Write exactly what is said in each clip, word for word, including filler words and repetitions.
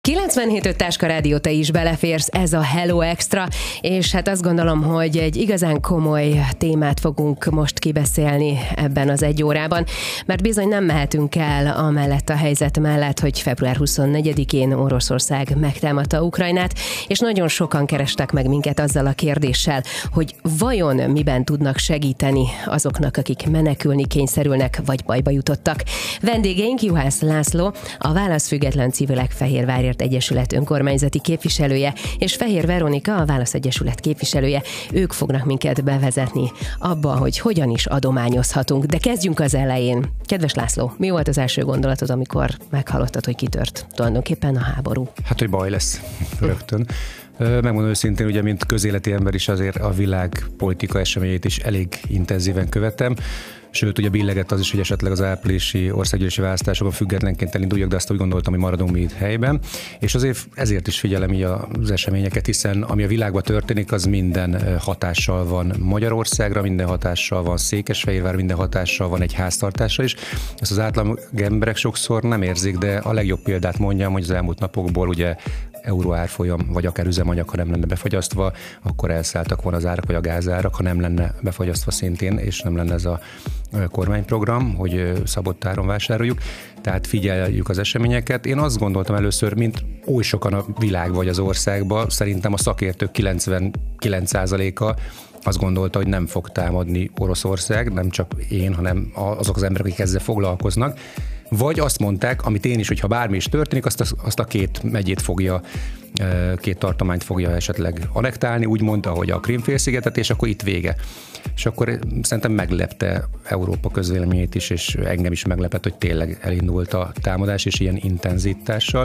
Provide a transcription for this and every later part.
kilencvenhét öt Táska Rádió, te is beleférsz, ez a Hello Extra, és hát azt gondolom, hogy egy igazán komoly témát fogunk most kibeszélni ebben az egy órában, mert bizony nem mehetünk el amellett a helyzet mellett, hogy február huszonnegyedikén Oroszország megtámadta Ukrajnát, és nagyon sokan kerestek meg minket azzal a kérdéssel, hogy vajon miben tudnak segíteni azoknak, akik menekülni kényszerülnek, vagy bajba jutottak. Vendégeink Juhász László, a Válasz Független Civilek Fehérvárért Egyesület önkormányzati képviselője, és Fehér Veronika, a Válasz Egyesület képviselője. Ők fognak minket bevezetni abba, hogy hogyan is adományozhatunk. De kezdjünk az elején. Kedves László, mi volt az első gondolatod, amikor meghallottad, hogy kitört tulajdonképpen a háború? Hát, hogy baj lesz rögtön. Megmondom őszintén, ugye, mint közéleti ember is azért a világ politika eseményeit is elég intenzíven követem. Sőt, ugye billegett az is, hogy esetleg az áprilisi országgyűlési választásokon függetlenként elinduljak, de azt úgy gondoltam, hogy maradunk mi itt helyben. És azért ezért is figyelem így az eseményeket, hiszen ami a világban történik, az minden hatással van Magyarországra, minden hatással van Székesfehérvár, minden hatással van egy háztartásra is. Ezt az átlag emberek sokszor nem érzik, de a legjobb példát mondjam, hogy az elmúlt napokból ugye euró árfolyam, vagy akár üzemanyag, ha nem lenne befagyasztva, akkor elszálltak volna az árak, vagy a gázárak, ha nem lenne befagyasztva szintén, és nem lenne ez a kormányprogram, hogy szabott áron vásároljuk. Tehát figyeljük az eseményeket. Én azt gondoltam először, mint oly sokan a világ vagy az országban, szerintem a szakértők kilencvenkilenc százaléka azt gondolta, hogy nem fog támadni Oroszország, nem csak én, hanem azok az emberek, akik ezzel foglalkoznak. Vagy azt mondták, amit én is, hogy ha bármi is történik, azt a, azt a két megyét fogja, két tartományt fogja esetleg anektálni, úgy mondta, hogy a Krím-félszigetet, és akkor itt vége. És akkor szerintem meglepte Európa közvéleményét is, és engem is meglepett, hogy tényleg elindult a támadás, és ilyen intenzitással.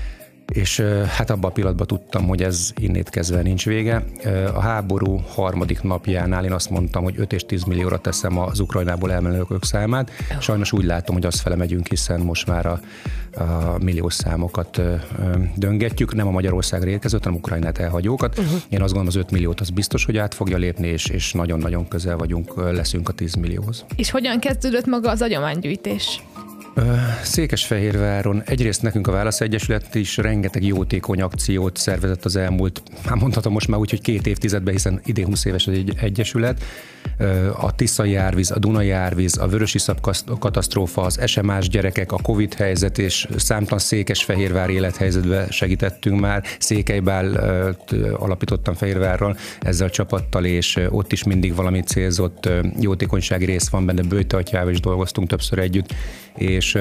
És hát abban a pillanatban tudtam, hogy ez innét kezdve nincs vége. A háború harmadik napjánál én azt mondtam, hogy öt és tíz millióra teszem az Ukrajnából elmenekülők számát. Sajnos úgy látom, hogy azt fele megyünk, hiszen most már a, a milliós számokat döngetjük. Nem a Magyarországra érkezőt, hanem Ukrajnát elhagyókat. Uh-huh. Én azt gondolom, az öt milliót az biztos, hogy át fogja lépni, és, és nagyon-nagyon közel vagyunk, leszünk a tíz millióhoz. És hogyan kezdődött maga az adománygyűjtés? Székesfehérváron egyrészt nekünk a Válasz Egyesület is rengeteg jótékony akciót szervezett az elmúlt, hát mondhatom most már úgy, hogy két évtizedben, hiszen idén húsz éves egy egyesület. A Tiszai árvíz, a Dunai árvíz, a vörösiszap katasztrófa, az es em á-s gyerekek, a Covid helyzet és számtalan Székesfehérvár élethelyzetbe segítettünk már. Székelybál alapítottam Fehérvárral ezzel a csapattal, és ott is mindig valami célzott jótékonysági rész van benne, Böjte atyával is dolgoztunk többször együtt, és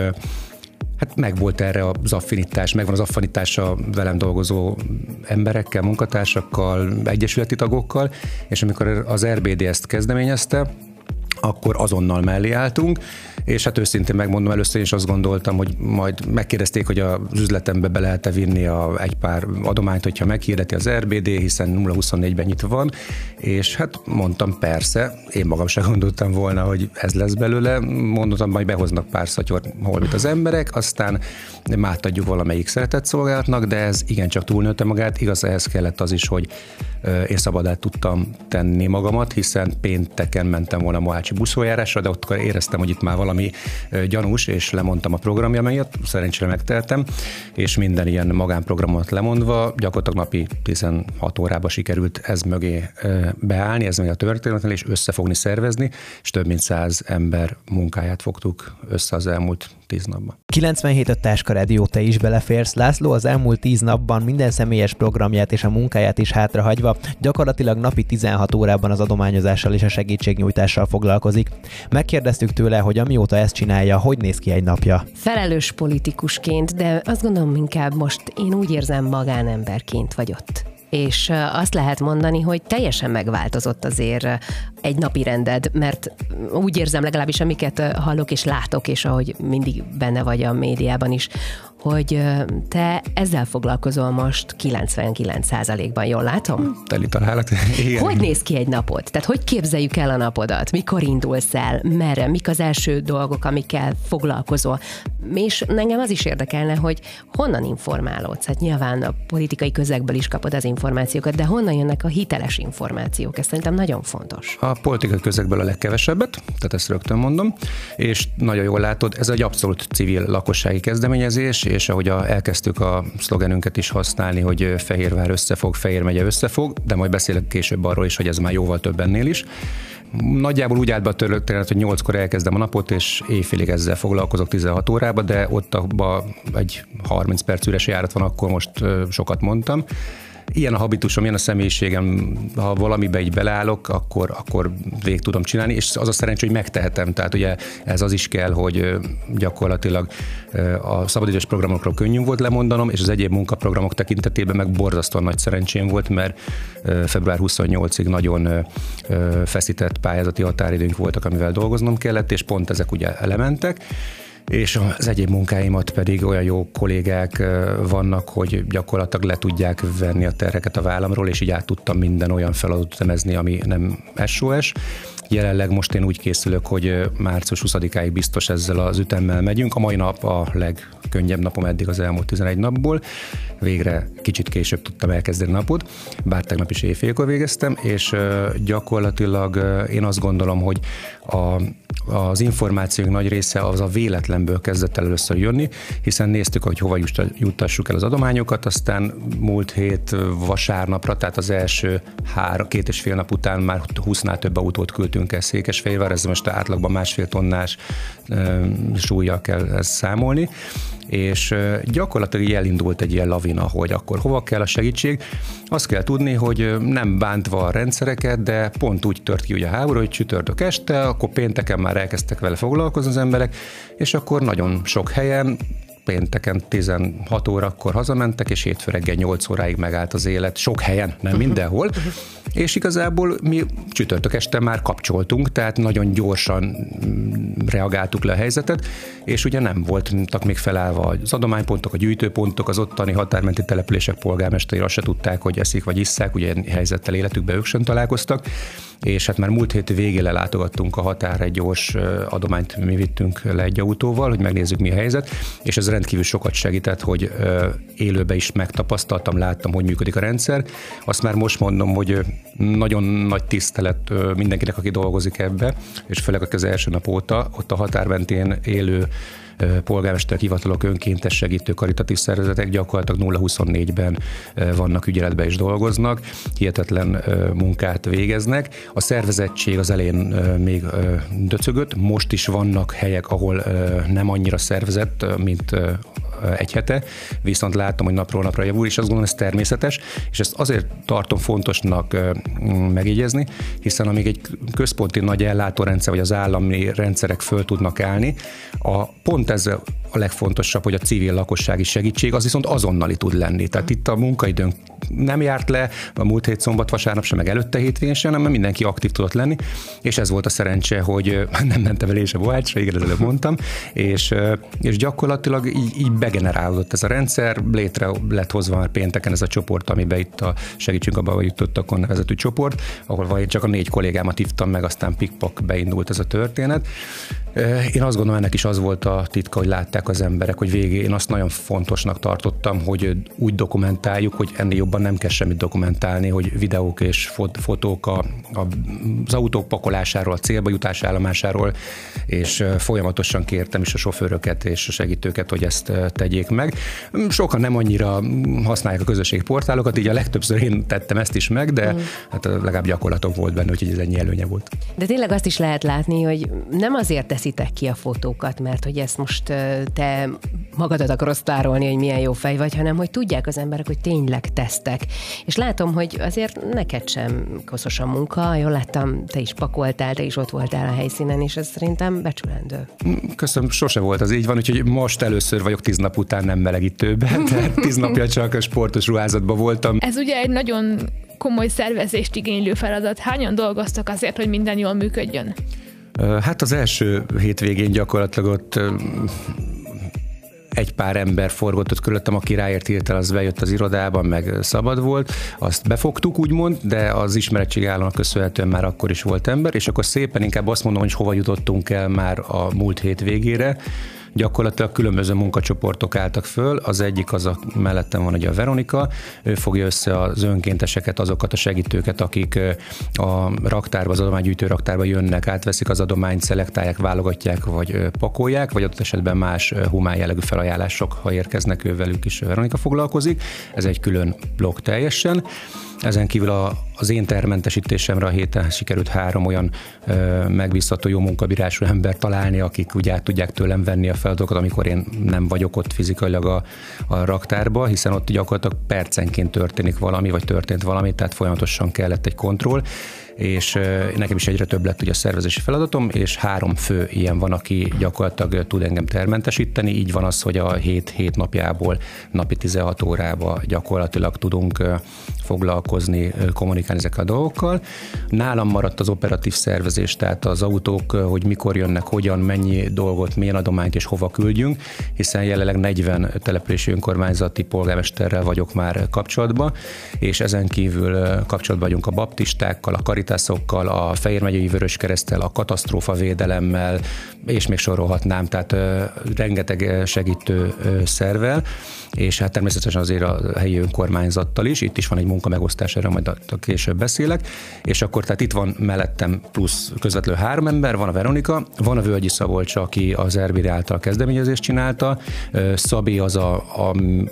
hát megvolt erre az affinitás, megvan az affinitás a velem dolgozó emberekkel, munkatársakkal, egyesületi tagokkal, és amikor az er bé dé ezt kezdeményezte, akkor azonnal mellé álltunk, és hát őszintén megmondom, először is azt gondoltam, hogy majd megkérdezték, hogy az üzletembe be lehet-e vinni a, egy pár adományt, hogyha meghirdeti az er bé dé, hiszen nulla huszonnégyben nyitva van, és hát mondtam, persze, én magam sem gondoltam volna, hogy ez lesz belőle, mondtam, majd behoznak pár szatyor holmit az emberek, aztán átadjuk valamelyik szeretetszolgálatnak, de ez igencsak túlnőtte magát, igaz, ehhez kellett az is, hogy én szabadát tudtam tenni magamat, hiszen pénteken mentem volna a mohácsi buszójárásra, de ott éreztem, hogy itt már valami gyanús, és lemondtam a programja miatt, szerencsére megteltem, és minden ilyen magánprogramot lemondva, gyakorlatilag napi tizenhat órába sikerült ez mögé beállni, ez mögé a történetnél, és összefogni, szervezni, és több mint száz ember munkáját fogtuk össze az elmúlt tíz napban. kilencvenhét öt Táska Rádió, te is beleférsz. László az elmúlt tíz napban minden személyes programját és a munkáját is hátrahagyva gyakorlatilag napi tizenhat órában az adományozással és a segítségnyújtással foglalkozik. Megkérdeztük tőle, hogy amióta ezt csinálja, hogy néz ki egy napja. Felelős politikusként, de azt gondolom inkább most én úgy érzem, magánemberként vagy ott. És azt lehet mondani, hogy teljesen megváltozott azért egy napi rended, mert úgy érzem legalábbis, amiket hallok és látok, és ahogy mindig benne vagy a médiában is, hogy te ezzel foglalkozol most kilencvenkilenc százalékban, jól látom? Teli találat. Igen. Hogy néz ki egy napod? Tehát hogy képzeljük el a napodat? Mikor indulsz el? Merre? Mik az első dolgok, amikkel foglalkozol? És engem az is érdekelne, hogy honnan informálódsz? Hát nyilván a politikai közegből is kapod az információkat, de honnan jönnek a hiteles információk? Ez szerintem nagyon fontos. A politikai közegből a legkevesebbet, tehát ezt rögtön mondom, és nagyon jól látod, ez egy abszolút civil lakossági kezdeményezés, és ahogy a, elkezdtük a szlogenünket is használni, hogy Fehérvár összefog, Fejér megye összefog, de majd beszélek később arról is, hogy ez már jóval több ennél is. Nagyjából úgy állt be a történet, hogy nyolckor elkezdem a napot, és éjfélig ezzel foglalkozok tizenhat órába, de ott abban egy harminc perc üres járat van, akkor most sokat mondtam. Ilyen a habitusom, ilyen a személyiségem, ha valamibe így beleállok, akkor, akkor végig tudom csinálni, és az a szerencsé, hogy megtehetem. Tehát ugye ez az is kell, hogy gyakorlatilag a szabadidős programokról könnyű volt lemondanom, és az egyéb munkaprogramok tekintetében meg borzasztóan nagy szerencsém volt, mert február huszonnyolcadikáig nagyon feszített pályázati határidőnk voltak, amivel dolgoznom kellett, és pont ezek ugye elementek. És az egyéb munkáimat pedig olyan jó kollégák vannak, hogy gyakorlatilag le tudják venni a terheket a vállamról, és így át tudtam minden olyan feladatot temezni, ami nem es o es. Jelenleg most én úgy készülök, hogy március huszadikáig biztos ezzel az ütemmel megyünk. A mai nap a legkönnyebb napom eddig az elmúlt tizenegy napból. Végre kicsit később tudtam elkezdeni a napot, bár tegnap is éjfélkor végeztem, és gyakorlatilag én azt gondolom, hogy a, az információk nagy része az a véletlenből kezdett el először jönni, hiszen néztük, hogy hova juttassuk el az adományokat, aztán múlt hét vasárnapra, tehát az első három, két és fél nap után már húsznál több autót küldtünk el Székesfehérvárra, ez most átlagban másfél tonnás súllyal kell ezt számolni, és gyakorlatilag elindult egy ilyen lavina, hogy akkor hova kell a segítség. Azt kell tudni, hogy nem bántva a rendszereket, de pont úgy tört ki ugye a háború, hogy csütörtök este, akkor pénteken már elkezdtek vele foglalkozni az emberek, és akkor nagyon sok helyen pénteken tizenhat órakor hazamentek, és hétfő reggel nyolc óráig megállt az élet. Sok helyen, nem mindenhol. És igazából mi csütörtök este már kapcsoltunk, tehát nagyon gyorsan reagáltuk le a helyzetet, és ugye nem voltak még felállva az adománypontok, a gyűjtőpontok, az ottani határmenti települések polgármesteri azt se tudták, hogy eszik vagy isszák, ugye helyzettel életükben ők sem találkoztak, és hát már múlt hét végén lelátogattunk a határra, egy gyors adományt mi vittünk le egy autóval, hogy megnézzük, mi a helyzet, és ez rendkívül sokat segített, hogy élőben is megtapasztaltam, láttam, hogy működik a rendszer. Azt már most mondom, hogy nagyon nagy tisztelet mindenkinek, aki dolgozik ebbe, és főleg az első nap óta, ott a határmentén élő polgármesterek, hivatalok, önkéntes segítő, karitatív szervezetek gyakorlatilag nulla huszonnégyben vannak ügyeletben és dolgoznak, hihetetlen munkát végeznek. A szervezettség az elején még döcögött, most is vannak helyek, ahol nem annyira szervezett, mint egy hete, viszont látom, hogy napról napra javul, és azt gondolom, ez természetes, és ezt azért tartom fontosnak megjegyezni, hiszen amíg egy központi nagy ellátórendszer, vagy az állami rendszerek föl tudnak állni, a, pont ez a legfontosabb, hogy a civil lakossági segítség, az viszont azonnali tud lenni. Tehát itt a munkaidőnk nem járt le, a múlt hét szombat, vasárnap sem, meg előtte hétvégén sem, hanem mindenki aktív tudott lenni, és ez volt a szerencse, hogy nem mentem el és a Boácsra, igen, előbb mondtam, és, és gyakorlatilag így, így begenerálódott ez a rendszer, létre lett hozva már pénteken ez a csoport, amiben itt a Segítsünk abba, hogy jutottakon nevezetű csoport, ahol vagy csak a négy kollégámat hívtam meg, aztán pikpak beindult ez a történet. Én azt gondolom, ennek is az volt a titka, hogy látták az emberek, hogy végén én azt nagyon fontosnak tartottam, hogy úgy dokumentáljuk, hogy ennél jobban nem kell semmit dokumentálni, hogy videók és fot- fotók a, a, az autók pakolásáról, a célba jutás állomásáról, és folyamatosan kértem is a sofőröket és a segítőket, hogy ezt tegyék meg. Sokan nem annyira használják a közösségi portálokat, így a legtöbbször én tettem ezt is meg, de mm. hát legalább gyakorlatom volt benne, úgyhogy ez ennyi előnye volt. De tényleg azt is lehet látni, hogy nem azért teszitek ki a fotókat, mert hogy ezt most te magadat akarod sztárolni, hogy milyen jó fej vagy, hanem hogy tudják az emberek, hogy tényleg tesztek. És látom, hogy azért neked sem koszos a munka, jól láttam, te is pakoltál, te is ott voltál a helyszínen, és ez szerintem becsülendő. Köszönöm, sose volt az így van, úgyhogy most először vagyok tíz nap után nem melegítőben, tehát tíz napja csak a sportos ruházatban voltam. Ez ugye egy nagyon komoly szervezést igénylő feladat. Hányan dolgoztak azért, hogy minden jól működjön? Hát az első hétvégén gyakorlatilag ott egy pár ember forgott ott körülöttem, aki ráért hirtelen, az bejött az irodában, meg szabad volt. Azt befogtuk, úgymond, de az ismeretségállónak köszönhetően már akkor is volt ember, és akkor szépen inkább azt mondom, hogy hova jutottunk el már a múlt hét végére. Gyakorlatilag különböző munkacsoportok álltak föl, az egyik az a mellettem van ugye a Veronika, ő fogja össze az önkénteseket, azokat a segítőket, akik a raktárba, az adománygyűjtő raktárba jönnek, átveszik az adományt, szelektálják, válogatják, vagy pakolják, vagy adott esetben más humán jellegű felajánlások, ha érkeznek, ő velük is Veronika foglalkozik. Ez egy külön blokk teljesen. Ezen kívül a, az én termentesítésemre a héten sikerült három olyan ö, megbízható, jó munkabírású ember találni, akik ugye át tudják tőlem venni a feladatokat, amikor én nem vagyok ott fizikailag a, a raktárba, hiszen ott gyakorlatilag percenként történik valami, vagy történt valami, tehát folyamatosan kellett egy kontroll, és nekem is egyre több lett ugye a szervezési feladatom, és három fő ilyen van, aki gyakorlatilag tud engem termentesíteni, így van az, hogy a hét, hét napjából napi tizenhat órába gyakorlatilag tudunk foglalkozni, kommunikálni ezekkel a dolgokkal. Nálam maradt az operatív szervezés, tehát az autók, hogy mikor jönnek, hogyan, mennyi dolgot, milyen adományt és hova küldjünk, hiszen jelenleg negyven települési önkormányzati polgármesterrel vagyok már kapcsolatban, és ezen kívül kapcsolatban vagyunk a baptistákkal, a karitásokkal, a Fejér megyei Vöröskereszttel, a katasztrófavédelemmel, és még sorolhatnám, tehát uh, rengeteg segítő uh, szervvel, és hát természetesen azért a helyi önkormányzattal is, itt is van egy munkamegosztás, erről majd a később beszélek, és akkor tehát itt van mellettem plusz közvetlenül három ember, van a Veronika, van a Völgyi Szabolcs, aki az er bé dé által kezdeményezést csinálta, Szabi az, a, a,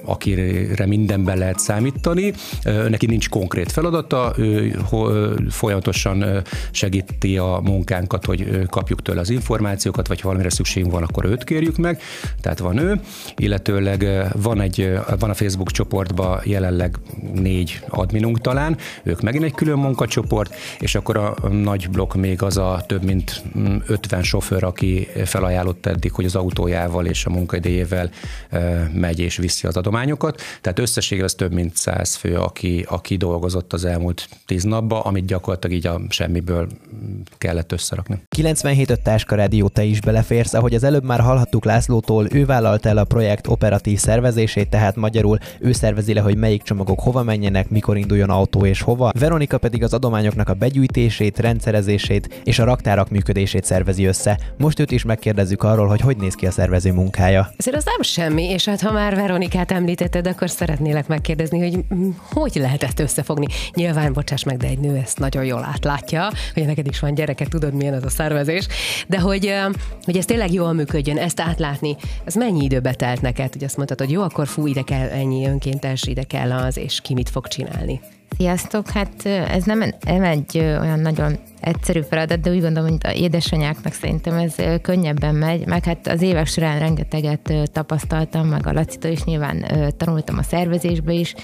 akire mindenben lehet számítani, neki nincs konkrét feladata, ő folyamatosan segíti a munkánkat, hogy kapjuk tőle az információkat, vagy ha valamire szükségünk van, akkor őt kérjük meg, tehát van ő, illetőleg van egy van a Facebook csoportban jelenleg négy adminunk talán, ők megint egy külön munkacsoport, és akkor a nagy blokk még az a több mint ötven sofőr, aki felajánlott eddig, hogy az autójával és a munkaidejével megy és viszi az adományokat. Tehát összességében az több mint száz fő, aki, aki dolgozott az elmúlt tíz napban, amit gyakorlatilag így a semmiből kellett összerakni. kilencvenhét öt Táska Rádió, te is beleférsz, ahogy az előbb már hallhattuk Lászlótól, ő vállalta el a projekt operatív szervezését, tehát magyarul ő szervezi le, hogy melyik csomagok hova menjenek, mikor induljon autó és hova. Veronika pedig az adományoknak a begyűjtését, rendszerezését és a raktárak működését szervezi össze. Most őt is megkérdezzük arról, hogy hogy néz ki a szervező munkája. Azért az nem semmi, és hát ha már Veronikát említetted, akkor szeretnélek megkérdezni, hogy hogy lehet ezt összefogni. Nyilván, bocsáss meg, de egy nő ezt nagyon jól átlátja, hogy neked is van gyereke, tudod, milyen az a szervezés, de hogy, hogy ez tényleg jól működjön, ezt átlátni, ez mennyi időbe telt neked, hogy azt mondtad, hogy jó, akkor fú, ide kell ennyi önkéntes, ide kell az, és ki mit fog csinálni? Sziasztok! Hát ez nem, nem egy olyan nagyon egyszerű feladat, de úgy gondolom, hogy az édesanyáknak szerintem ez könnyebben megy, meg hát az évek során rengeteget tapasztaltam, meg a Lacitól is nyilván tanultam a szervezésbe is,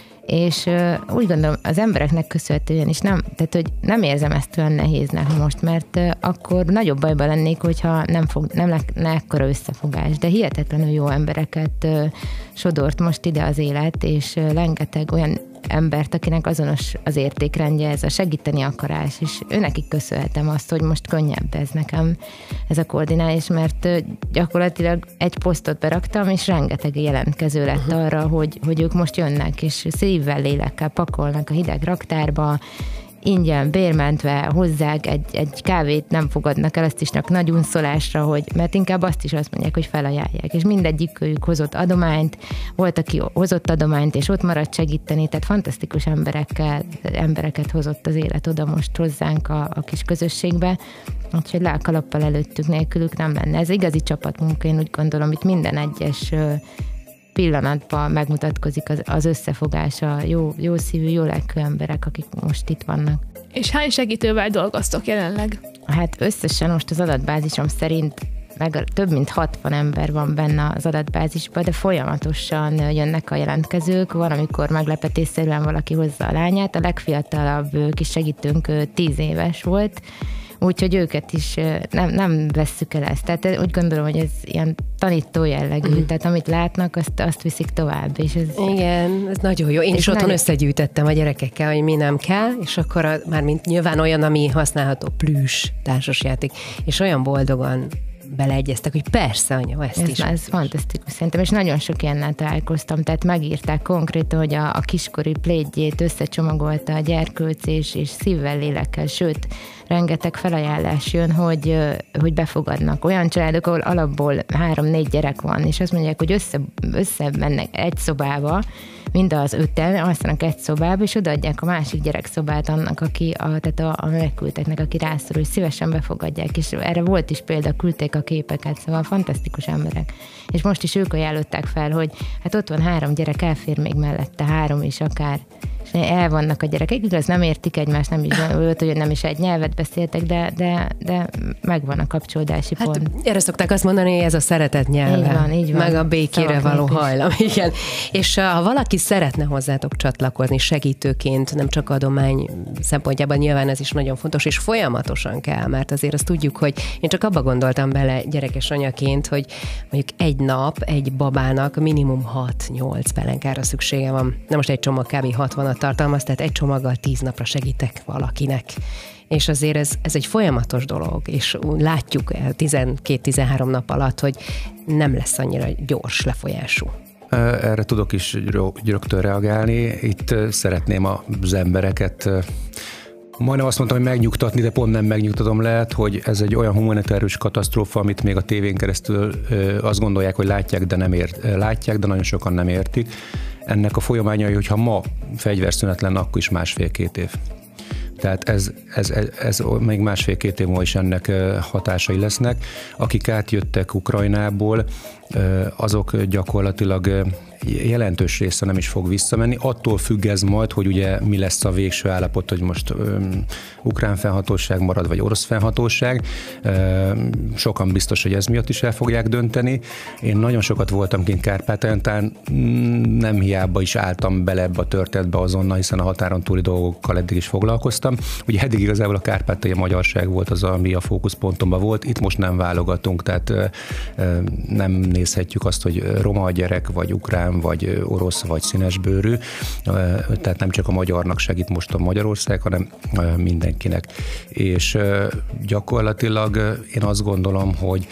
és úgy gondolom, az embereknek köszönhetően is nem, tehát hogy nem érzem ezt olyan nehéznek most, mert akkor nagyobb bajban lennék, hogyha nem, fog, nem lenne ekkora összefogás, de hihetetlenül jó embereket sodort most ide az élet, és rengeteg olyan embert, akinek azonos az értékrendje, ez a segíteni akarás, és őnekik köszönhetem azt, hogy most könnyebb ez nekem, ez a koordinálás, mert gyakorlatilag egy posztot beraktam, és rengeteg jelentkező lett arra, hogy, hogy ők most jönnek, és szívvel, lélekkel pakolnak a hideg raktárba, ingyen, bérmentve hozzák, egy, egy kávét nem fogadnak el, azt is nagy unszolásra, hogy, mert inkább azt is azt mondják, hogy felajánlják. És mindegyikőjük hozott adományt, volt, aki hozott adományt, és ott maradt segíteni, tehát fantasztikus emberekkel, embereket hozott az élet oda most hozzánk a, a kis közösségbe, úgyhogy lelkalappal előttük, nélkülük nem lenne. Ez igazi csapatmunka, én úgy gondolom, itt minden egyes pillanatban megmutatkozik az, az összefogás, a jó, jó szívű, jó lelkű emberek, akik most itt vannak. És hány segítővel dolgoztok jelenleg? Hát összesen most az adatbázisom szerint meg több mint hatvan ember van benne az adatbázisban, de folyamatosan jönnek a jelentkezők, van, amikor meglepetésszerűen valaki hozza a lányát, a legfiatalabb kis segítőnk tíz éves volt, úgyhogy őket is nem, nem vesszük el ezt. Tehát úgy gondolom, hogy ez ilyen tanító jellegű, mm. tehát amit látnak, azt, azt viszik tovább. És ez, igen, ez nagyon jó. Én is otthon nagyon... összegyűjtettem a gyerekekkel, hogy mi nem kell, és akkor a, már mint nyilván olyan, ami használható plüss társasjáték, és olyan boldogan beleegyeztek, hogy persze, anya, ezt ez, is. Ez fantasztikus szerintem, és nagyon sok ilyennel találkoztam, tehát megírták konkrétan, hogy a, a kiskori plédjét összecsomagolta a gyerkőc, és, és szívvel, lélekkel, sőt, rengeteg felajánlás jön, hogy, hogy befogadnak. Olyan családok, ahol alapból három-négy gyerek van, és azt mondják, hogy össze, össze mennek egy szobába, mind az öten, alszanak egy szobába, és odaadják a másik gyerek szobát annak, aki a, tehát a, a menekülteknek, aki rászorul, és szívesen befogadják. És erre volt is példa, küldték a képeket, szóval fantasztikus emberek. És most is ők ajánlották fel, hogy hát ott van három gyerek, elfér még mellette, három is akár. És el vannak a gyerekek, igaz, nem értik egymást, nem is volt, hogy nem is egy nyelvet beszéltek, de, de, de megvan a kapcsolódási hát, pont. Erre szokták azt mondani, hogy ez a szeretet nyelve. Így van, így van. Meg a békére Szavak való nélkül. hajlam. Igen. És ha valaki szeretne hozzátok csatlakozni segítőként, nem csak adomány szempontjában, nyilván ez is nagyon fontos, és folyamatosan kell, mert azért azt tudjuk, hogy én csak abba gondoltam bele gyerekes anyaként, hogy mondjuk egy nap egy babának minimum hat-nyolc pelenkára szüksége van. Na most egy csomag kb. hatvanat tartalmaz, tehát egy csomaggal tíz napra segítek valakinek. És azért ez, ez egy folyamatos dolog, és látjuk tizenkét-tizenhárom nap alatt, hogy nem lesz annyira gyors lefolyású. Erre tudok is rögtön reagálni. Itt szeretném az embereket, majdnem azt mondtam, hogy megnyugtatni, de pont nem megnyugtatom, lehet, hogy ez egy olyan humanitárius katasztrófa, amit még a tévén keresztül azt gondolják, hogy látják, de nem ért, látják, de nagyon sokan nem értik. Ennek a folyamányai, hogyha ma fegyverszünet lenne, akkor is másfél-két év. Tehát ez, ez, ez, ez még másfél-két év múlva is ennek hatásai lesznek. Akik átjöttek Ukrajnából, azok gyakorlatilag jelentős része nem is fog visszamenni. Attól függ ez majd, hogy ugye mi lesz a végső állapot, hogy most öm, ukrán fennhatóság marad, vagy orosz fennhatóság. Öm, sokan biztos, hogy ez miatt is el fogják dönteni. Én nagyon sokat voltam kint Kárpátalján, talán nem hiába is álltam bele ebbe a történetbe azonnal, hiszen a határon túli dolgokkal eddig is foglalkoztam. Ugye eddig igazából a kárpátaljai magyarság volt az, ami a fókuszpontomban volt. Itt most nem válogatunk, tehát öm, nem nézhetjük azt, hogy roma gyerek, vagy ukrán, vagy orosz, vagy színesbőrű, tehát nem csak a magyarnak segít most a Magyarország, hanem mindenkinek. És gyakorlatilag én azt gondolom, hogy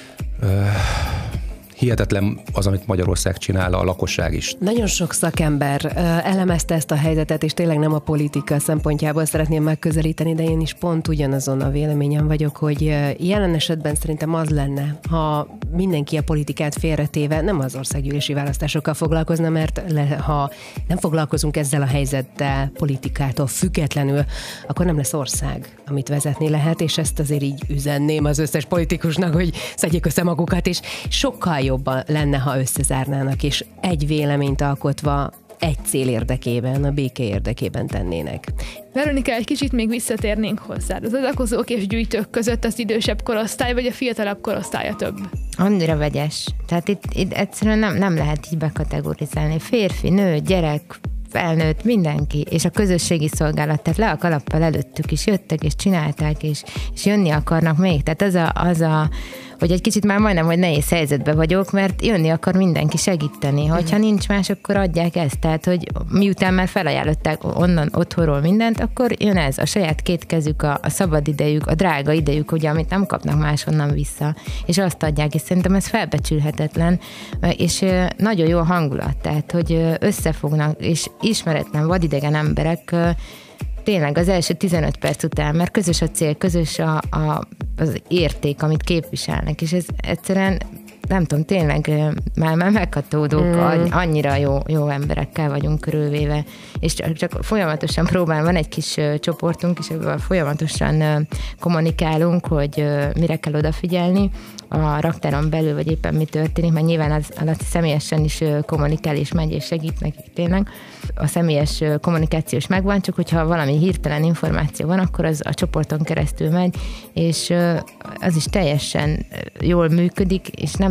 hihetetlen az, amit Magyarország csinál, a lakosság is. Nagyon sok szakember elemezte ezt a helyzetet, és tényleg nem a politika szempontjából szeretném megközelíteni, de én is pont ugyanazon a véleményem vagyok, hogy jelen esetben szerintem az lenne, ha mindenki a politikát félretéve nem az országgyűlési választásokkal foglalkozna, mert le, ha nem foglalkozunk ezzel a helyzettel politikától függetlenül, akkor nem lesz ország, amit vezetni lehet, és ezt azért így üzenném az összes politikusnak, hogy szedjék össze magukat, és sokkal jobban lenne, ha összezárnának, és egy véleményt alkotva egy cél érdekében, a béke érdekében tennének. Veronika, egy kicsit még visszatérnénk hozzád. Az adakozók és gyűjtők között az idősebb korosztály, vagy a fiatalabb korosztálya több? Annyira vegyes. Tehát itt, itt egyszerűen nem, nem lehet így bekategorizálni. Férfi, nő, gyerek, felnőtt, mindenki, és a közösségi szolgálat, tehát le a kalappal előttük is jöttek, és csinálták, és, és jönni akarnak még. Tehát az a, az a, hogy egy kicsit már majdnem, hogy nehéz helyzetben vagyok, mert jönni akar mindenki segíteni. Hogyha mm. nincs más, akkor adják ezt. Tehát, hogy miután már felajánlották onnan, otthonról mindent, akkor jön ez, a saját két kezük, a, a szabad idejük, a drága idejük, ugye, amit nem kapnak máshonnan vissza, és azt adják, és szerintem ez felbecsülhetetlen, és nagyon jó a hangulat, tehát, hogy összefognak, és ismeretlen vadidegen emberek tényleg az első tizenöt perc után, mert közös a cél, közös a, a, az érték, amit képviselnek, és ez egyszerűen, nem tudom, tényleg már, már meghatódók, mm. annyira jó, jó emberekkel vagyunk körülvéve, és csak, csak folyamatosan próbálunk, van egy kis uh, csoportunk, és ebből folyamatosan uh, kommunikálunk, hogy uh, mire kell odafigyelni a raktáron belül, vagy éppen mi történik, mert nyilván az, az személyesen is uh, kommunikál, és megy, és segít nekik tényleg. A személyes uh, kommunikációs megvan, csak hogyha valami hirtelen információ van, akkor az a csoporton keresztül megy, és uh, az is teljesen jól működik, és nem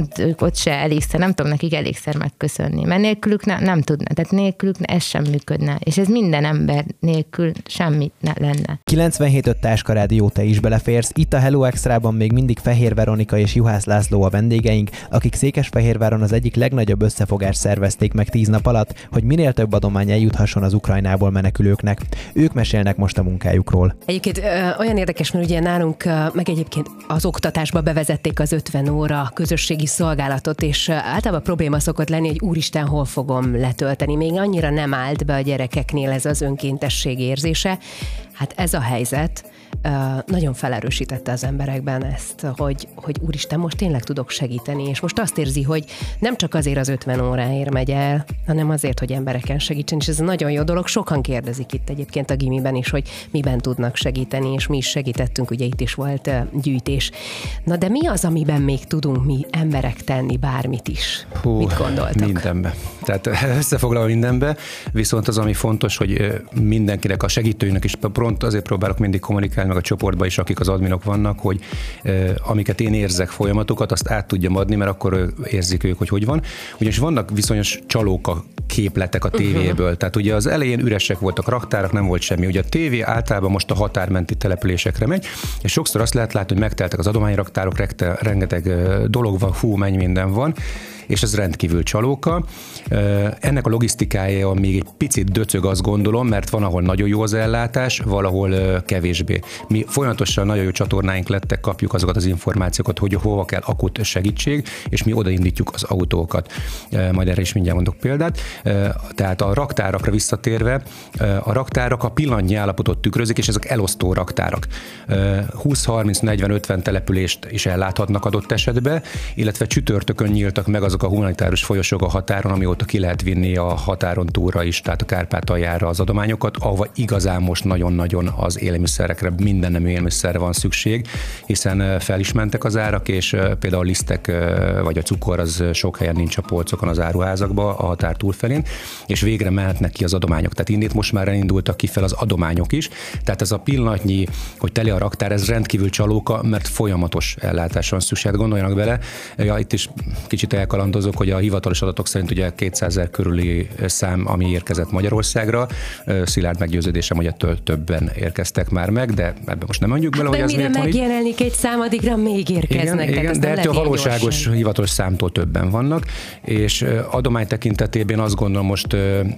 pont ők ott se elégszer, nem tudom nekik elégszer megköszönni, mert nélkülük ne, nem tudna, tehát nélkülük ez sem működne, és ez minden ember nélkül semmi ne lenne. kilencvenhét öt Táska Rádió, te is beleférsz. Itt a Hello Extrában még mindig Fehér Veronika és Juhász László a vendégeink, akik Székesfehérváron az egyik legnagyobb összefogást szervezték meg tíz nap alatt, hogy minél több adomány eljuthasson az Ukrajnából menekülőknek. Ők mesélnek most a munkájukról. Egyébként ö, olyan érdekes, mert ugye nálunk ö, meg egyébként az oktatásba bevezették az ötven óra közösségi szolgálatot, és ö, általában probléma szokott lenni, hogy úristen, hol fogom letölteni. Még annyira nem állt be a gyerekeknél ez az önkéntesség érzése. Hát ez a helyzet nagyon felerősítette az emberekben ezt, hogy, hogy úristen, most tényleg tudok segíteni, és most azt érzi, hogy nem csak azért az ötven óráért megy el, hanem azért, hogy embereken segítsen, és ez nagyon jó dolog. Sokan kérdezik itt egyébként a gimiben is, hogy miben tudnak segíteni, és mi is segítettünk, ugye itt is volt gyűjtés. Na de mi az, amiben még tudunk mi emberek tenni bármit is? Hú, mit gondoltak? Mindenbe. Tehát összefoglalva mindenbe, viszont az, ami fontos, hogy mindenkinek, a segítőinek is pont azért próbálok mindig kommunikálni, meg a csoportban is, akik az adminok vannak, hogy eh, amiket én érzek folyamatokat, azt át tudjam adni, mert akkor érzik ők, hogy hogy van. Ugyanis vannak viszonyos csalók a képletek a tévéből. Uh-huh. Tehát ugye az elején üresek voltak raktárak, nem volt semmi. Ugye a tévé általában most a határmenti településekre megy, és sokszor azt lehet látni, hogy megteltek az adományraktárok, rengeteg dolog van, hú, mennyi minden van, és ez rendkívül csalóka. Ennek a logisztikája még egy picit döcög, azt gondolom, mert van, ahol nagyon jó az ellátás, valahol kevésbé. Mi folyamatosan nagyon jó csatornáink lettek, kapjuk azokat az információkat, hogy hova kell akut segítség, és mi odaindítjuk az autókat. Majd erre is mindjárt mondok példát. Tehát a raktárakra visszatérve, a raktárak a pillanatnyi állapotot tükrözik, és ezek elosztó raktárak. húsz, harminc, negyven, ötven települést is elláthatnak adott esetben, illetve csütörtökön nyíltak meg azok a humanitárius folyosók a határon, amióta ki lehet vinni a határon túlra is, tehát a Kárpátaljára az adományokat, ahova igazán most nagyon-nagyon az élelmiszerekre, minden nemű élelmiszerre van szükség, hiszen fel is mentek az árak, és például a lisztek vagy a cukor az sok helyen nincs a polcokon, az áruházakban, a határ túlfelén, és végre mehetnek ki az adományok. Tehát innét most már elindultak ki fel az adományok is, tehát ez a pillanatnyi, hogy tele a raktár, ez rendkívül csalóka, mert folyamatos ellátásra van szükség. Gondoljanak bele, ja, itt is kicsit elkalandozok, hogy a hivatalos adatok szerint ugye kétszázezer körüli szám, ami érkezett Magyarországra. Szilárd meggyőződésem, hogy ettől többen érkeztek már meg, de ebben most nem mondjuk bele, hát, hogy ez miért van így. Megjelenik egy szám, addigra még érkeznek. Igen, igen, de ettől a valóságos gyorsan. Hivatalos számtól többen vannak, és adomány tekintetében azt gondolom, most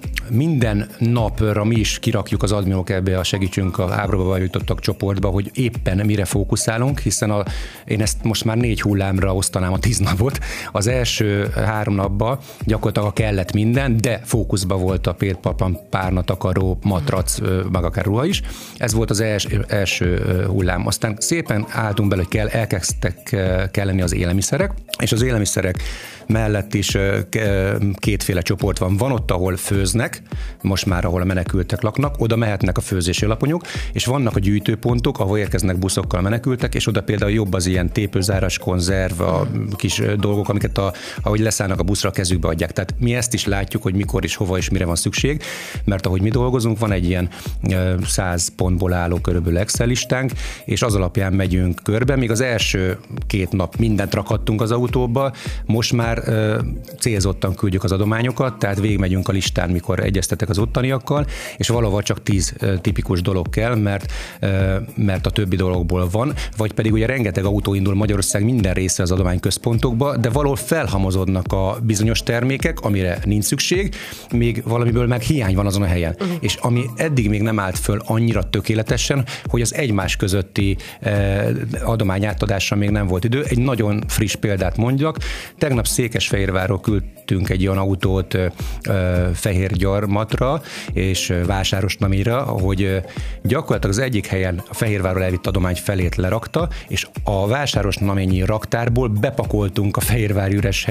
minden napra mi is kirakjuk az adminok ebbe a segítsünk a háborúba jutottak csoportba, hogy éppen mire fókuszálunk, hiszen a, én ezt most már négy hullámra osztanám a tíz napot. Az első három napban gyakorlatilag kellett minden, de fókuszba volt a pérpaplan, párna, takaró, matrac, meg akár ruha is. Ez volt az els, első hullám. Aztán szépen álltunk bele, hogy kell, elkezdtek kelleni az élelmiszerek, és az élelmiszerek mellett is kétféle csoport van. Van ott, ahol főznek, most már ahol a menekültek laknak, oda mehetnek a főzési laponyok, és vannak a gyűjtőpontok, ahol érkeznek buszokkal a menekültek, és oda például jobb az ilyen tépőzáras, konzerv, a kis dolgok, amiket a, ahogy leszállnak a buszra, a kezükbe adják. Tehát mi ezt is látjuk, hogy mikor is, hova és mire van szükség, mert ahogy mi dolgozunk, van egy ilyen száz pontból álló körülbelül Excel listánk, és az alapján megyünk körbe. Még az első két nap mindent rakhattunk az autóba, most már célzottan küldjük az adományokat, tehát végigmegyünk a listán, mikor egyeztetek az ottaniakkal, és valahol csak tíz tipikus dolog kell, mert, mert a többi dologból van, vagy pedig ugye rengeteg autó indul Magyarország minden része az adományközpontokba, de valahol felhamozódnak a bizonyos termékek, amire nincs szükség, még valamiből meg hiány van azon a helyen. Uh-huh. És ami eddig még nem állt föl annyira tökéletesen, hogy az egymás közötti adományátadásra még nem volt idő. Egy nagyon friss példát mondjak. Tegnap Székesfehérvárról küldtünk egy olyan autót Fehérgyarmatra és Vásárosnamira, hogy gyakorlatilag az egyik helyen a Fehérvárról elvitt adomány felét lerakta, és a Vásárosnaményi raktárból bepakoltunk a fehérvári üres helyre,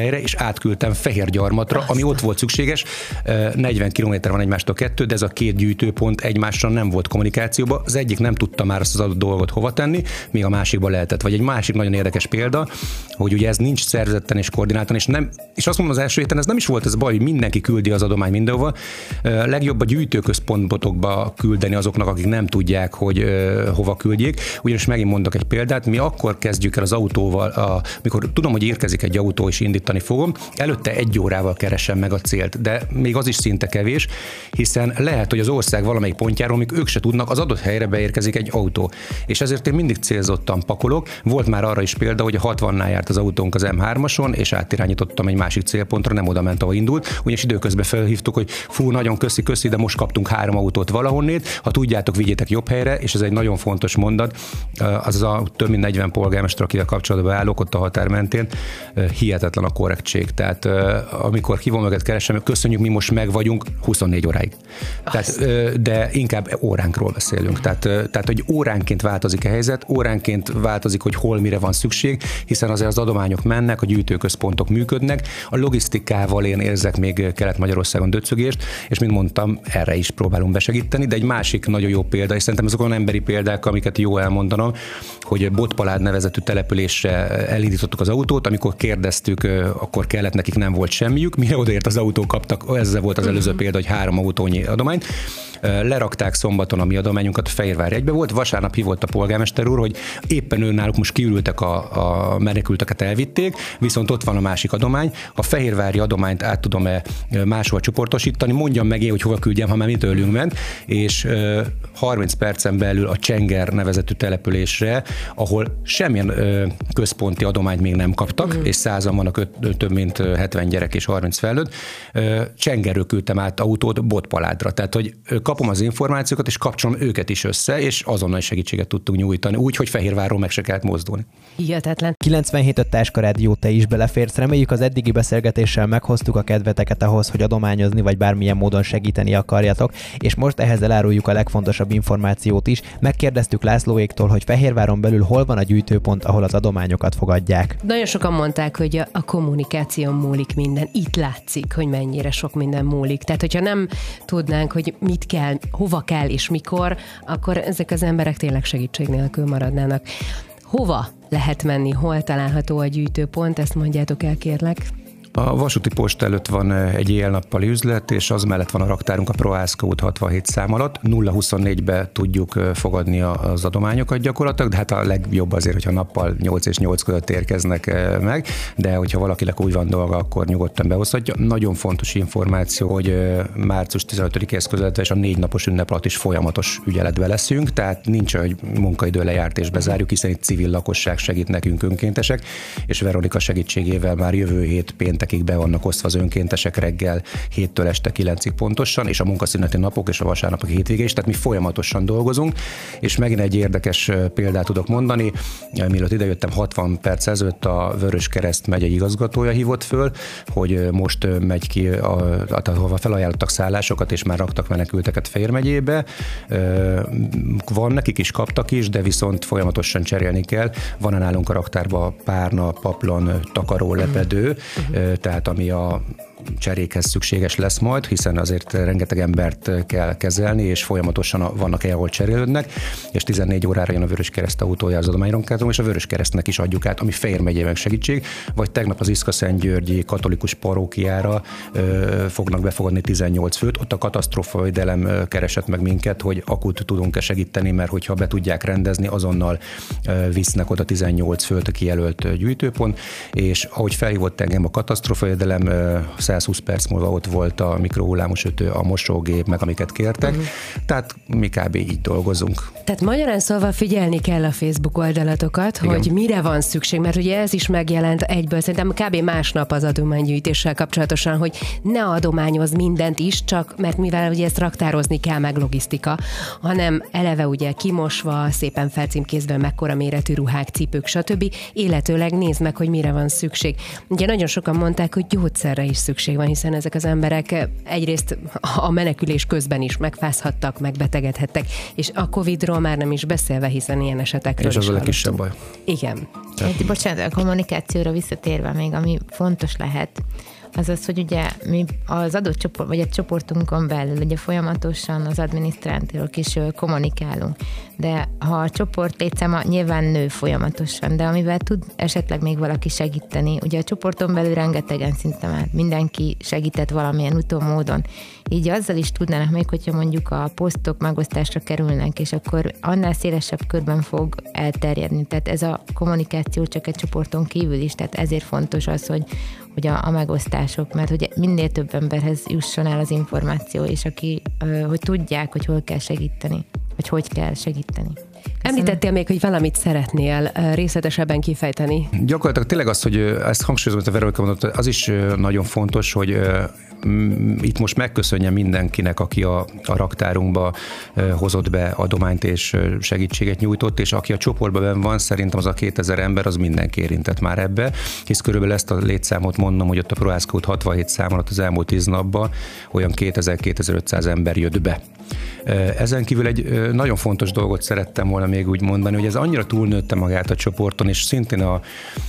helyre, és átküldtem Fehérgyarmatra, ami ott volt szükséges. negyven kilométer van egymástól kettő, de ez a két gyűjtőpont egymással nem volt kommunikációban. Az egyik nem tudta már azt az adott dolgot hova tenni, míg a másikba lehetett. Vagy egy másik nagyon érdekes példa, hogy ugye ez nincs szervezetten és koordináltan, és nem, és azt mondom, az első héten ez nem is volt ez baj, hogy mindenki küldi az adomány mindenhova. Legjobb a gyűjtőközpontokba küldeni azoknak, akik nem tudják, hogy hova küldjék. Ugyanis megint mondok egy példát, mi akkor kezdjük el az autóval, a, mikor tudom, hogy érkezik egy autó és indítani fogom, előtte egy órával keresem meg a célt, de még az is szinte kevés, hiszen lehet, hogy az ország valamelyik pontjáról, amik ők se tudnak, az adott helyre beérkezik egy autó. És ezért én mindig célzottan pakolok. Volt már arra is példa, hogy a hatvannál járt az autónk az em hármason, és átirányítottam egy másik célpontra, nem oda ment, ahol indult. Ugyanis időközben felhívtuk, hogy fú, nagyon köszi, köszi, de most kaptunk három autót valahonnét, ha tudjátok, vigyétek jobb helyre, és ez egy nagyon fontos mondat. Az az a több mint negyven polgármester, akivel kapcsolatban állok ott a határ mentén, hihetetlen a korrektség. Tehát amikor hívom őket, keresem, köszönjük, mi most meg vagyunk huszonnégy óráig. Tehát, de inkább óránkról beszélünk. Tehát, tehát, hogy óránként változik a helyzet, óránként változik, hogy hol mire van szükség, hiszen azért az adományok mennek, a gyűjtőközpontok működnek, a logisztikával én érzek még Kelet-Magyarországon döcögést, és mint mondtam, erre is próbálunk besegíteni, de egy másik nagyon jó példa, és szerintem azok olyan emberi példák, amiket jó elmondanom, hogy Botpalád nevezetű településre elindítottuk az autót, amikor kérdeztük, akkor kellett, nekik nem volt semmiük, mire odaért az autó, kaptak, ez volt az előző példa, hogy három autónyi adományt, lerakták szombaton a mi adományunkat, Fehérvár egybe volt, vasárnap hívott a polgármester úr, hogy éppen ő náluk most kiürültek, a, a menekülteket elvitték, viszont ott van a másik adomány, a fehérvári adományt át tudom-e máshol csoportosítani, mondjam meg én, hogy hova küldjem, ha már mi tőlünk ment, és harminc percen belül a Csenger nevezetű településre, ahol semmilyen központi adományt még nem kaptak, uh-huh. és százan vannak, több mint hetven gyerek és harminc felnőtt, Csengerről küldtem át autót Botpaládra, tehát hogy kapom az információkat, és kapcsolom őket is össze, és azonnal segítséget tudtunk nyújtani, úgy, hogy Fehérvárról meg se kellett mozdulni. Hihetetlen. kilencvenhét öt Táska Rádió, te is beleférsz. Reméljük, az eddigi beszélgetéssel meghoztuk a kedveteket ahhoz, hogy adományozni vagy bármilyen módon segíteni akarjatok, és most ehhez eláruljuk a legfontosabb információt is. Megkérdeztük Lászlóéktól, hogy Fehérváron belül hol van a gyűjtőpont, ahol az adományokat fogadják. Nagyon sokan mondták, hogy a, a kommunikáción múlik minden. Itt látszik, hogy mennyire sok minden múlik. Tehát, hogyha nem tudnánk, hogy mit kell, hova kell és mikor, akkor ezek az emberek tényleg segítség nélkül maradnának. Hova lehet menni, hol található a gyűjtőpont, ezt mondjátok el, kérlek. A vasúti posta előtt van egy éjjel-nappali üzlet, és az mellett van a raktárunk a Prohászka út hatvanhét szám alatt. nulla huszonnégybe tudjuk fogadni az adományokat gyakorlatilag, de hát a legjobb azért, hogyha nappal nyolc és nyolc között érkeznek meg, de hogyha valakinek úgy van dolga, akkor nyugodtan behozhatja. Nagyon fontos információ, hogy március tizenötödikéhez közeledve és a négy napos ünnep alatt is folyamatos ügyeletbe leszünk, tehát nincs, hogy munkaidő lejárt és bezárjuk, hiszen itt civil lakosság segít nekünk, önkéntesek, és Veronika segítségével már jövő hét péntek be vannak osztva az önkéntesek reggel héttől este kilencig pontosan, és a munkaszüneti napok és a vasárnapok hétvége is, tehát mi folyamatosan dolgozunk, és megint egy érdekes példát tudok mondani. Mielőtt idejöttem, hatvan perc ezelőtt a Vöröskereszt megyei igazgatója hívott föl, hogy most megy ki, a, ahova felajánlottak szállásokat, és már raktak menekülteket Fejér megyébe. Van, nekik is kaptak is, de viszont folyamatosan cserélni kell. Van nálunk a raktárban párna, paplon, takaró, lepedő, tehát ami a cserékhez szükséges lesz majd, hiszen azért rengeteg embert kell kezelni, és folyamatosan vannak el, ahol cserélődnek, és tizennégy órára jön a Vöröskereszt autója az adományronkátom, és a Vöröskeresztnek is adjuk át, ami Fejér megyében segítség, vagy tegnap az Iszka-Szentgyörgyi katolikus parókiára ö, fognak befogadni tizennyolc főt, ott a katasztrófavédelem keresett meg minket, hogy akut tudunk-e segíteni, mert hogyha be tudják rendezni, azonnal ö, visznek oda tizennyolc főt a kijelölt gyűjtőpont, és ahogy felhívott engem a katasztrófavédelem, százhúsz perc múlva ott volt a mikrohullámos ütő, a mosógép, meg amiket kértek. Uh-huh. Tehát mi kb. Így dolgozunk. Tehát magyarán szóval figyelni kell a Facebook oldalatokat, igen, hogy mire van szükség, mert ugye ez is megjelent egyből, szerintem kb. Másnap az adománygyűjtéssel kapcsolatosan, hogy ne adományoz mindent is, csak mert mivel ugye ezt raktározni kell, meg logisztika, hanem eleve ugye kimosva, szépen felcímkézve, mekkora méretű ruhák, cipők, stb. Illetőleg nézd meg, hogy mire van szükség. Ugye nagyon sokan mondták, hogy gyógyszerre is szükség szükség van, hiszen ezek az emberek egyrészt a menekülés közben is megfázhattak, megbetegedhettek, és a Covidról már nem is beszélve, hiszen ilyen esetekről és is az a legkisebb baj. Igen. Egy, bocsánat, a kommunikációra visszatérve még, ami fontos lehet, az az, hogy ugye mi az adott csoport, vagy egy csoportunkon belül ugye folyamatosan az adminisztrátorok is kommunikálunk, de ha a csoport létszáma nyilván nő folyamatosan, de amivel tud esetleg még valaki segíteni, ugye a csoporton belül rengetegen szinte már mindenki segített valamilyen utómódon, így azzal is tudnának még, hogyha mondjuk a posztok megosztásra kerülnek, és akkor annál szélesebb körben fog elterjedni. Tehát ez a kommunikáció csak egy csoporton kívül is, tehát ezért fontos az, hogy, hogy a, a megosztások, mert hogy minél több emberhez jusson el az információ, és aki, hogy tudják, hogy hol kell segíteni, vagy hogy kell segíteni. Említettél még, hogy valamit szeretnél részletesebben kifejteni. Gyakorlatilag tényleg az, hogy ezt hangsúlyozom, hogy a Veronika mondott, az is nagyon fontos, hogy itt most megköszönjem mindenkinek, aki a, a raktárunkba hozott be adományt és segítséget nyújtott, és aki a csoportban benn van, szerintem az a kétezer ember, az mindenki érintett már ebbe, hisz körülbelül ezt a létszámot mondom, hogy ott a Prohászka út hatvanhét szám alatt az elmúlt tíz napban olyan kétezer-kétezer-ötszáz ember jött be. Ezen kívül egy nagyon fontos dolgot szerettem volna még úgy mondani, hogy ez annyira túlnőtte magát a csoporton, és szintén a,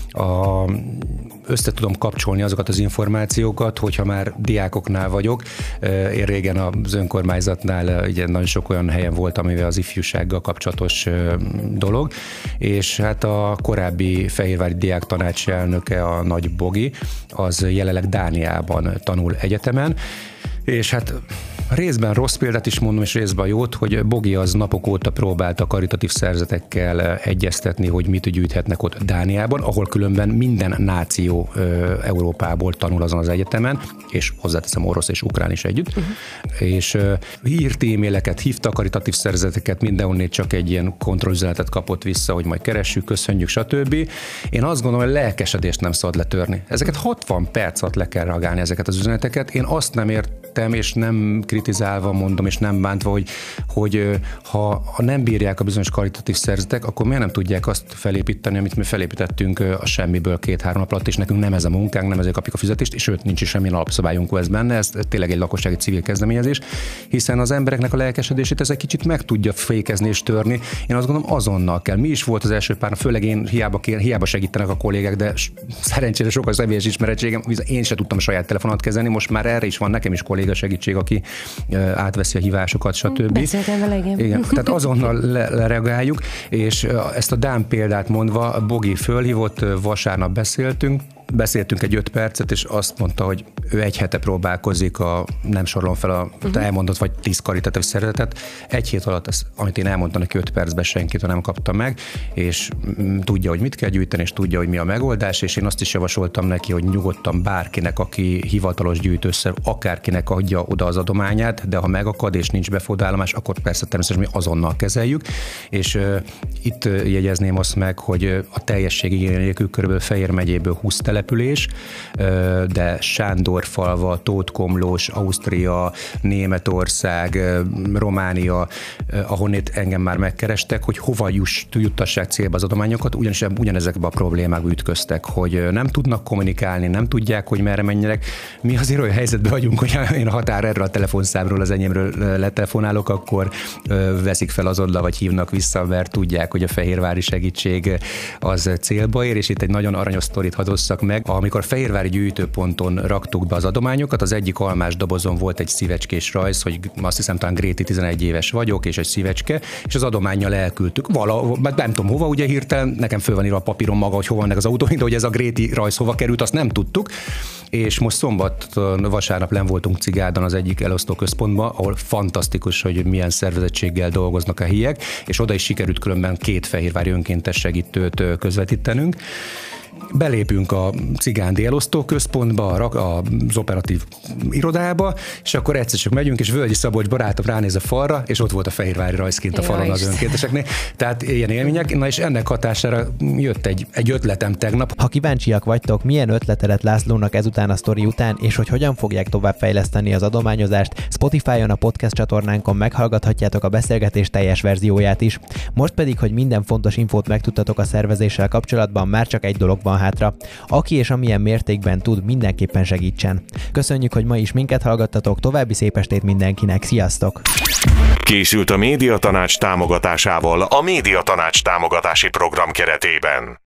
a, össze tudom kapcsolni azokat az információkat, hogyha már diákoknál vagyok. Én régen az önkormányzatnál ugye nagyon sok olyan helyen voltam, amivel az ifjúsággal kapcsolatos dolog, és hát a korábbi Fehérvári Diák Tanács elnöke, a Nagy Bogi, az jelenleg Dániában tanul egyetemen, és hát részben rossz példát is mondom, és részben jót, hogy Bogi az napok óta próbált a karitatív szervezetekkel egyeztetni, hogy mit gyűjthetnek ott Dániában, ahol különben minden náció Európából tanul azon az egyetemen, és hozzáteszem orosz és ukrán is együtt, uh-huh. és írt e-maileket, hívta a karitatív szervezeteket, mindenhonnét csak egy ilyen kontrollüzenetet kapott vissza, hogy majd keressük, köszönjük, stb. Én azt gondolom, hogy lelkesedést nem szabad letörni. Ezeket hatvan perc alatt le kell reagálni, ezeket az üzeneteket. Én azt nem értem, és nem kritizálva mondom, és nem bántva, hogy, hogy ha, ha nem bírják a bizonyos karitatív szervezetek, akkor miért nem tudják azt felépíteni, amit mi felépítettünk a semmiből két-három nap alatt, és nekünk nem ez a munkánk, nem ezért kapjuk a fizetést, és sőt, nincs is semmilyen alapszabályunk ez benne, ez tényleg egy lakossági civil kezdeményezés, hiszen az embereknek a lelkesedését ez egy kicsit meg tudja fékezni és törni. Én azt gondolom, azonnal kell. Mi is volt az első pár, főleg én hiába, kér, hiába segítenek a kollégák, de szerencsére sokkal személyes ismerettségem, én sem tudtam a saját telefonomat kezelni, most már erre is van nekem is kolléga segítség, aki átveszi a hívásokat, stb. Beszéltem vele, igen. Igen, tehát azonnal le- lereagáljuk, és ezt a dán példát mondva, Bogi fölhívott, vasárnap beszéltünk, beszéltünk egy öt percet, és azt mondta, hogy ő egy hete próbálkozik, a, nem sorolom fel a uh-huh. elmondott vagy tíz karitatív szervezetet. Egy hét alatt, ezt, amit én elmondtam neki öt percben, senkit nem kapta meg, és m, tudja, hogy mit kell gyűjteni, és tudja, hogy mi a megoldás, és én azt is javasoltam neki, hogy nyugodtan bárkinek, aki hivatalos gyűjtőszer, akárkinek adja oda az adományát, de ha megakad és nincs befogadállomás, akkor persze természetesen mi azonnal kezeljük, és uh, itt uh, jegyezném azt meg, hogy uh, a teljesség igény nélkül körülbelül Fejér megyéből húsz település, uh, de Sándorfalva, Tótkomlós, Ausztria, Németország, uh, Románia, uh, ahonnét engem már megkerestek, hogy hova juss, juttassák célba az adományokat, ugyanis ugyanezekbe a problémákba ütköztek, hogy uh, nem tudnak kommunikálni, nem tudják, hogy merre menjenek. Mi azért olyan helyzetben vagyunk, hogy én a határ erről a telefonszámról, az enyémről letelefonálok, akkor veszik fel azonnal, vagy hívnak vissza, mert tudják, hogy a fehérvári segítség az célba ér, és itt egy nagyon aranyos sztorit hadosszak meg. Amikor a fehérvári gyűjtőponton raktuk be az adományokat, az egyik almás dobozon volt egy szívecskés rajz, hogy azt hiszem talán Gréti tizenegy éves vagyok, és egy szívecske, és az adománnyal elküldtük. Vala, nem tudom hova, ugye hirtelen, nekem föl van írva a papíron maga, hogy hova vannak az autó, de hogy ez a Gréti rajz hova került, azt nem tudtuk. És most szombaton, vasárnap len voltunk Cigádon az egyik elosztó központban, ahol fantasztikus, hogy milyen szervezettséggel dolgoznak a híjek, és oda is sikerült különben két fehérvári önkéntes segítőt közvetítenünk. Belépünk a cigándi elosztó központba, az operatív irodába, és akkor egyszer csak megyünk, és Völgyi Szabolcs barátom ránéz a falra, és ott volt a fehérvári rajzként a falon az önkénteseknél. Tehát ilyen élmények, na és ennek hatására jött egy, egy ötletem tegnap. Ha kíváncsiak vagytok, milyen ötletet Lászlónak ezután a sztori után, és hogy hogyan fogják továbbfejleszteni az adományozást, Spotify-on a podcast csatornánkon meghallgathatjátok a beszélgetés teljes verzióját is. Most pedig, hogy minden fontos infót megtudtatok a szervezéssel kapcsolatban, már csak egy dolog van van hátra. Aki és amilyen mértékben tud, mindenképpen segítsen. Köszönjük, hogy ma is minket hallgattatok, további szép estét mindenkinek, sziasztok! Készült a Médiatanács támogatásával a Médiatanács támogatási program keretében.